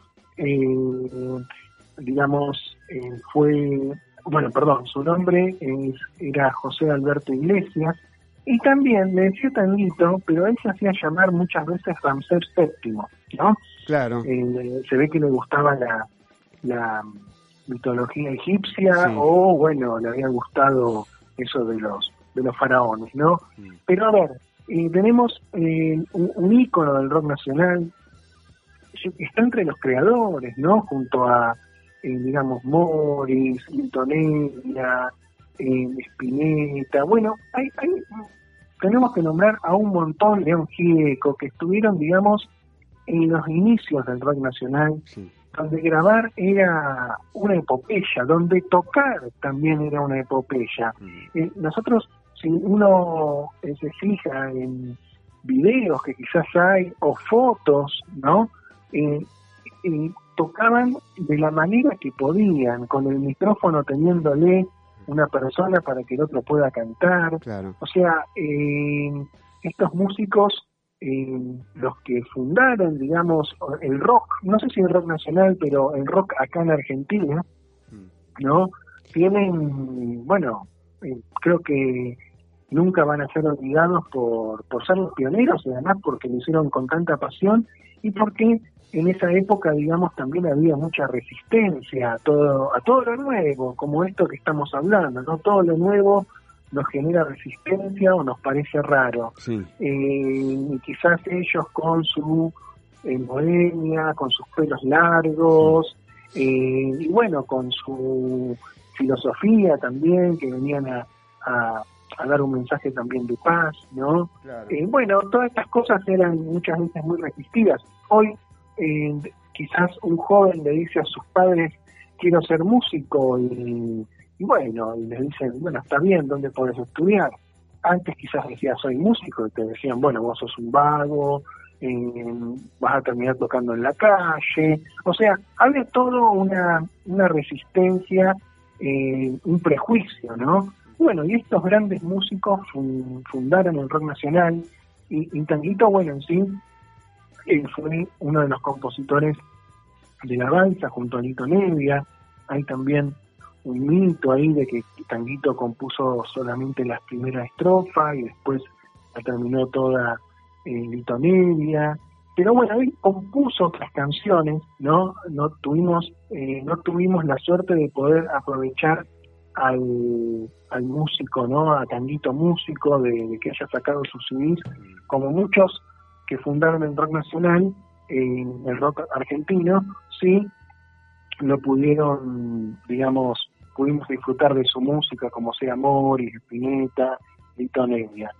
su nombre era José Alberto Iglesias, y también le decía Tanguito, pero él se hacía llamar muchas veces Ramsés VII, ¿no? Claro. Se ve que le gustaba la mitología egipcia, sí. O bueno, le había gustado eso de los faraones, ¿no? Sí. Pero a ver, tenemos un ícono del rock nacional, está entre los creadores, ¿no? Junto a, Morris, Lito Nevia, Spinetta, bueno, tenemos que nombrar a un montón, León Gieco, que estuvieron, en los inicios del rock nacional, sí. Donde grabar era una epopeya, donde tocar también era una epopeya. Nosotros, si uno se fija en videos que quizás hay, o fotos, ¿no? Tocaban de la manera que podían, con el micrófono teniéndole una persona para que el otro pueda cantar. Claro. O sea, estos músicos, los que fundaron, el rock, no sé si el rock nacional, pero el rock acá en Argentina, ¿no? Tienen, creo que nunca van a ser olvidados por ser los pioneros, y además porque lo hicieron con tanta pasión, y porque en esa época, también había mucha resistencia a todo lo nuevo, como esto que estamos hablando, ¿no? Todo lo nuevo nos genera resistencia o nos parece raro. Sí. Y quizás ellos con su bohemia, con sus pelos largos, y bueno, con su filosofía también, que venían a dar un mensaje también de paz, ¿no? Claro. Todas estas cosas eran muchas veces muy resistidas. Hoy quizás un joven le dice a sus padres, quiero ser músico, y les dicen, está bien, ¿dónde podés estudiar? Antes quizás decías, soy músico, y te decían, vos sos un vago, vas a terminar tocando en la calle. O sea, había todo una resistencia, un prejuicio, ¿no? Y estos grandes músicos fundaron el rock nacional, y Tanguito, en sí, fue uno de los compositores de la balsa junto a Lito Nevia. Hay también un mito ahí de que Tanguito compuso solamente las primeras estrofas y después la terminó toda Lito Nevia. Pero él compuso otras canciones, ¿no? No tuvimos la suerte de poder aprovechar al músico, ¿no? A Tanguito músico, de que haya sacado sus CDs, como muchos que fundaron el rock nacional, el rock argentino, sí lo pudieron, pudimos disfrutar de su música, como sea Morris, Spinetta, Lito Nevia.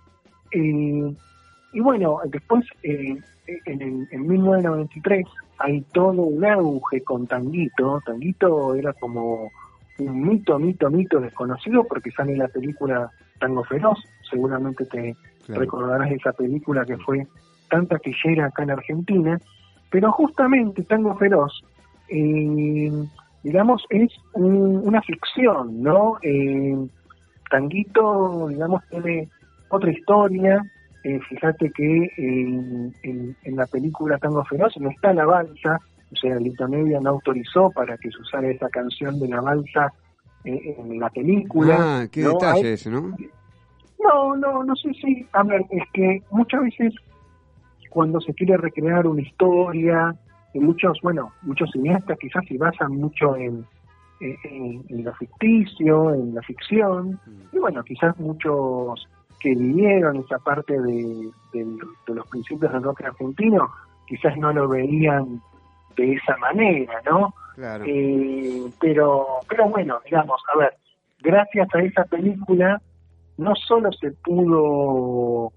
Después, en 1993, hay todo un auge con Tanguito. Tanguito era como un mito desconocido, porque sale la película Tango Feroz. Seguramente te recordarás de esa película que fue tan taquillera acá en Argentina, pero justamente Tango Feroz, es una ficción, ¿no? Tanguito, tiene otra historia. Fíjate que en la película Tango Feroz no está la balsa, o sea, Lito Nevia no autorizó para que se usara esa canción de la balsa en la película. Ah, qué detalle ese, ¿no? No sé si, a ver, es que muchas veces cuando se quiere recrear una historia, muchos cineastas quizás se basan mucho en lo ficticio, en la ficción, y quizás muchos que vivieron esa parte de los principios del rock argentino, quizás no lo veían de esa manera, ¿no? Claro. Pero a ver, gracias a esa película, no solo se pudo,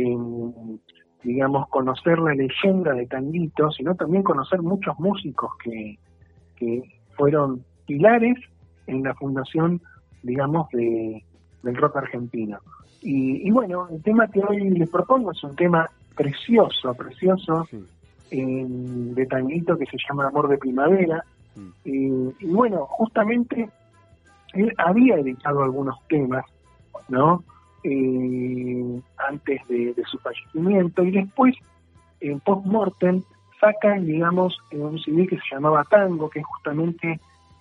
conocer la leyenda de Tanguito, sino también conocer muchos músicos que fueron pilares en la fundación, del rock argentino. Y el tema que hoy les propongo es un tema precioso, sí. de Tanguito que se llama Amor de Primavera. Y bueno, justamente él había editado algunos temas, ¿no? Antes de su fallecimiento, y después en post-mortem sacan, digamos, un CD que se llamaba Tango, que justamente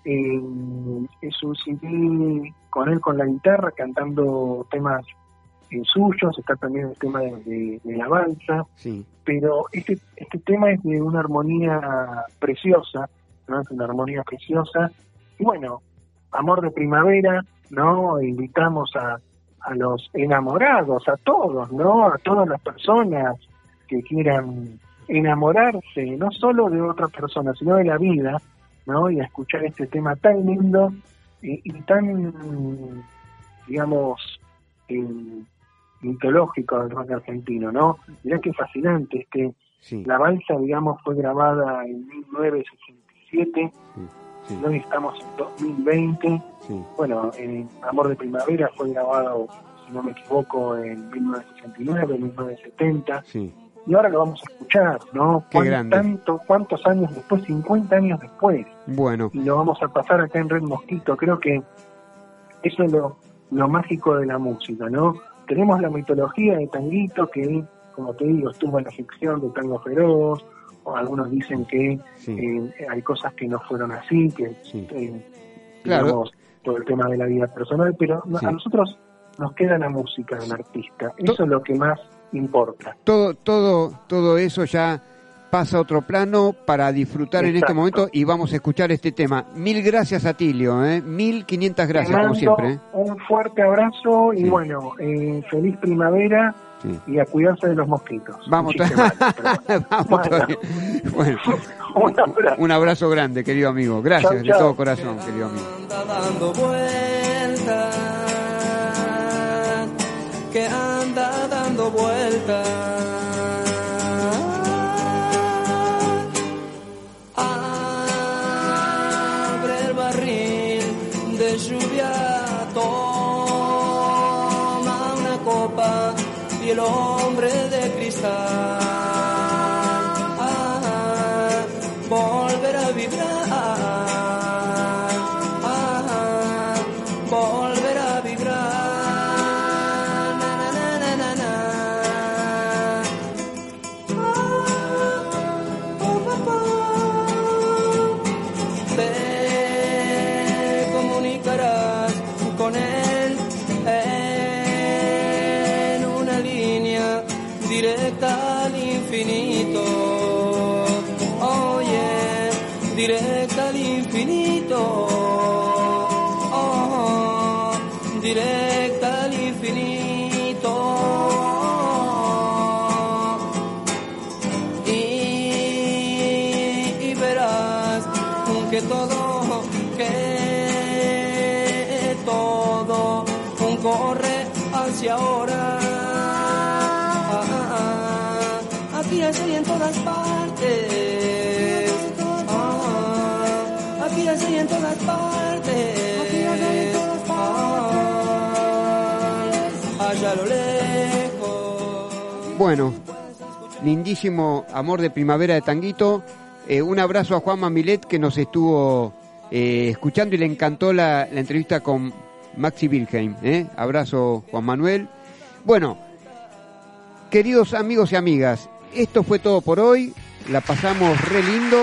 es un CD con él con la guitarra cantando temas suyos. Está también el tema de la balsa, Sí. pero este tema es de una armonía preciosa, ¿no? Es una armonía preciosa. Y bueno, Amor de Primavera, ¿no? Invitamos a los enamorados, a todos, ¿no? A todas las personas que quieran enamorarse, no solo de otra persona, sino de la vida, ¿no? Y a escuchar este tema tan lindo y tan, digamos, mitológico del rock argentino, ¿no? Mirá qué fascinante, es que Sí. la balsa, digamos, fue grabada en 1967, Sí. hoy estamos en 2020, Sí. bueno, Amor de Primavera fue grabado, si no me equivoco, en 1969, 1970, Sí. y ahora lo vamos a escuchar, ¿no? Qué grande. ¿Cuántos años después? 50 años después, Bueno, y lo vamos a pasar acá en Red Mosquito. Creo que eso es lo mágico de la música, ¿no? Tenemos la mitología de Tanguito, que, como te digo, estuvo en la ficción de Tango Feroz, o algunos dicen que sí. hay cosas que no fueron así, que Sí. digamos, Claro. todo el tema de la vida personal, pero Sí. a nosotros nos queda la música del artista. Eso es lo que más importa. Todo eso ya pasa a otro plano para disfrutar en este Exacto. momento, y vamos a escuchar este tema. 1000 gracias a Tilio, 1500 Te gracias mando como siempre. un fuerte abrazo y Sí. bueno, feliz primavera Sí. y a cuidarse de los mosquitos. Vamos, Un chiste malo, pero bueno. Vamos Bueno. todavía. Bueno, Un abrazo. un abrazo grande, querido amigo. Gracias Chau, de chau. todo corazón, querido amigo. Anda dando vueltas, que anda dando vueltas. Abre el barril de lluvia, toma una copa y el hombre de cristal volverá a vibrar, volverá a vibrar, na, na, na, na, na, na. Te comunicarás con él en una línea directa al infinito. Oye, directa al infinito. Oh, directa al infinito. Y verás que todo corre hacia ahora. Aquí, allá y en todas partes. Aquí, allá y en todas partes. Allá a lo lejos. Bueno, lindísimo Amor de Primavera de Tanguito. Un abrazo a Juan Mamilet, que nos estuvo escuchando y le encantó la entrevista con Maxi Wilhelm. Abrazo, Juan Manuel. Bueno, queridos amigos y amigas, esto fue todo por hoy. La pasamos re lindo,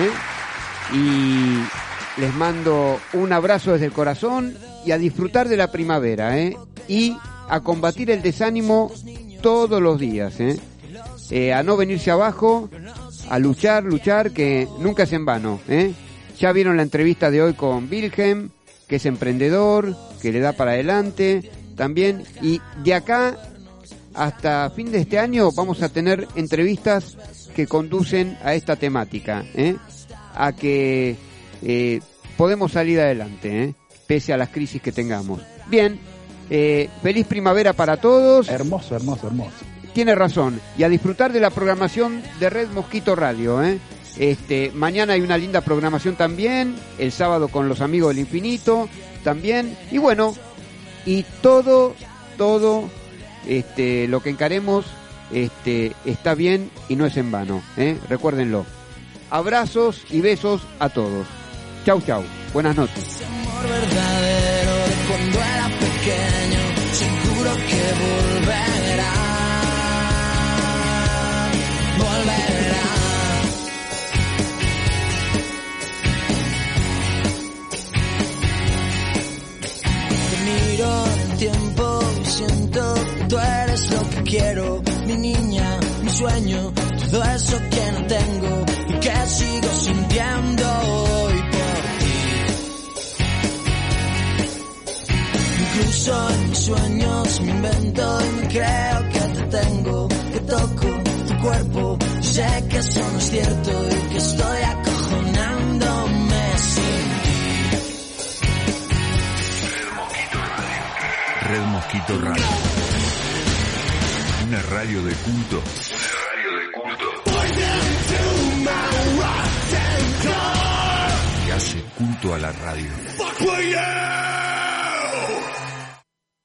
y les mando un abrazo desde el corazón y a disfrutar de la primavera, y a combatir el desánimo todos los días, a no venirse abajo, a luchar, que nunca es en vano, Ya vieron la entrevista de hoy con Wilhelm, que es emprendedor, que le da para adelante también, y de acá hasta fin de este año vamos a tener entrevistas que conducen a esta temática, a que podemos salir adelante, pese a las crisis que tengamos. Bien, feliz primavera para todos. Hermoso. Tiene razón, y a disfrutar de la programación de Red Mosquito Radio, mañana hay una linda programación también, el sábado con los amigos del infinito también, y bueno, y todo lo que encaremos está bien y no es en vano, recuérdenlo. Abrazos y besos a todos. Chau, chau. Buenas noches. Ese amor verdadero de cuando era pequeño, seguro que volverá. Te miro en el tiempo y siento que tú eres lo que quiero, mi niña, mi sueño, todo eso que no tengo y que sigo sintiendo hoy por ti. Incluso en mis sueños me invento y me creo que te tengo, que toco tu cuerpo. Sé que eso no es cierto y que estoy acojonándome sin ti. Red Mosquito Radio. Una radio de culto. Que hace culto a la radio.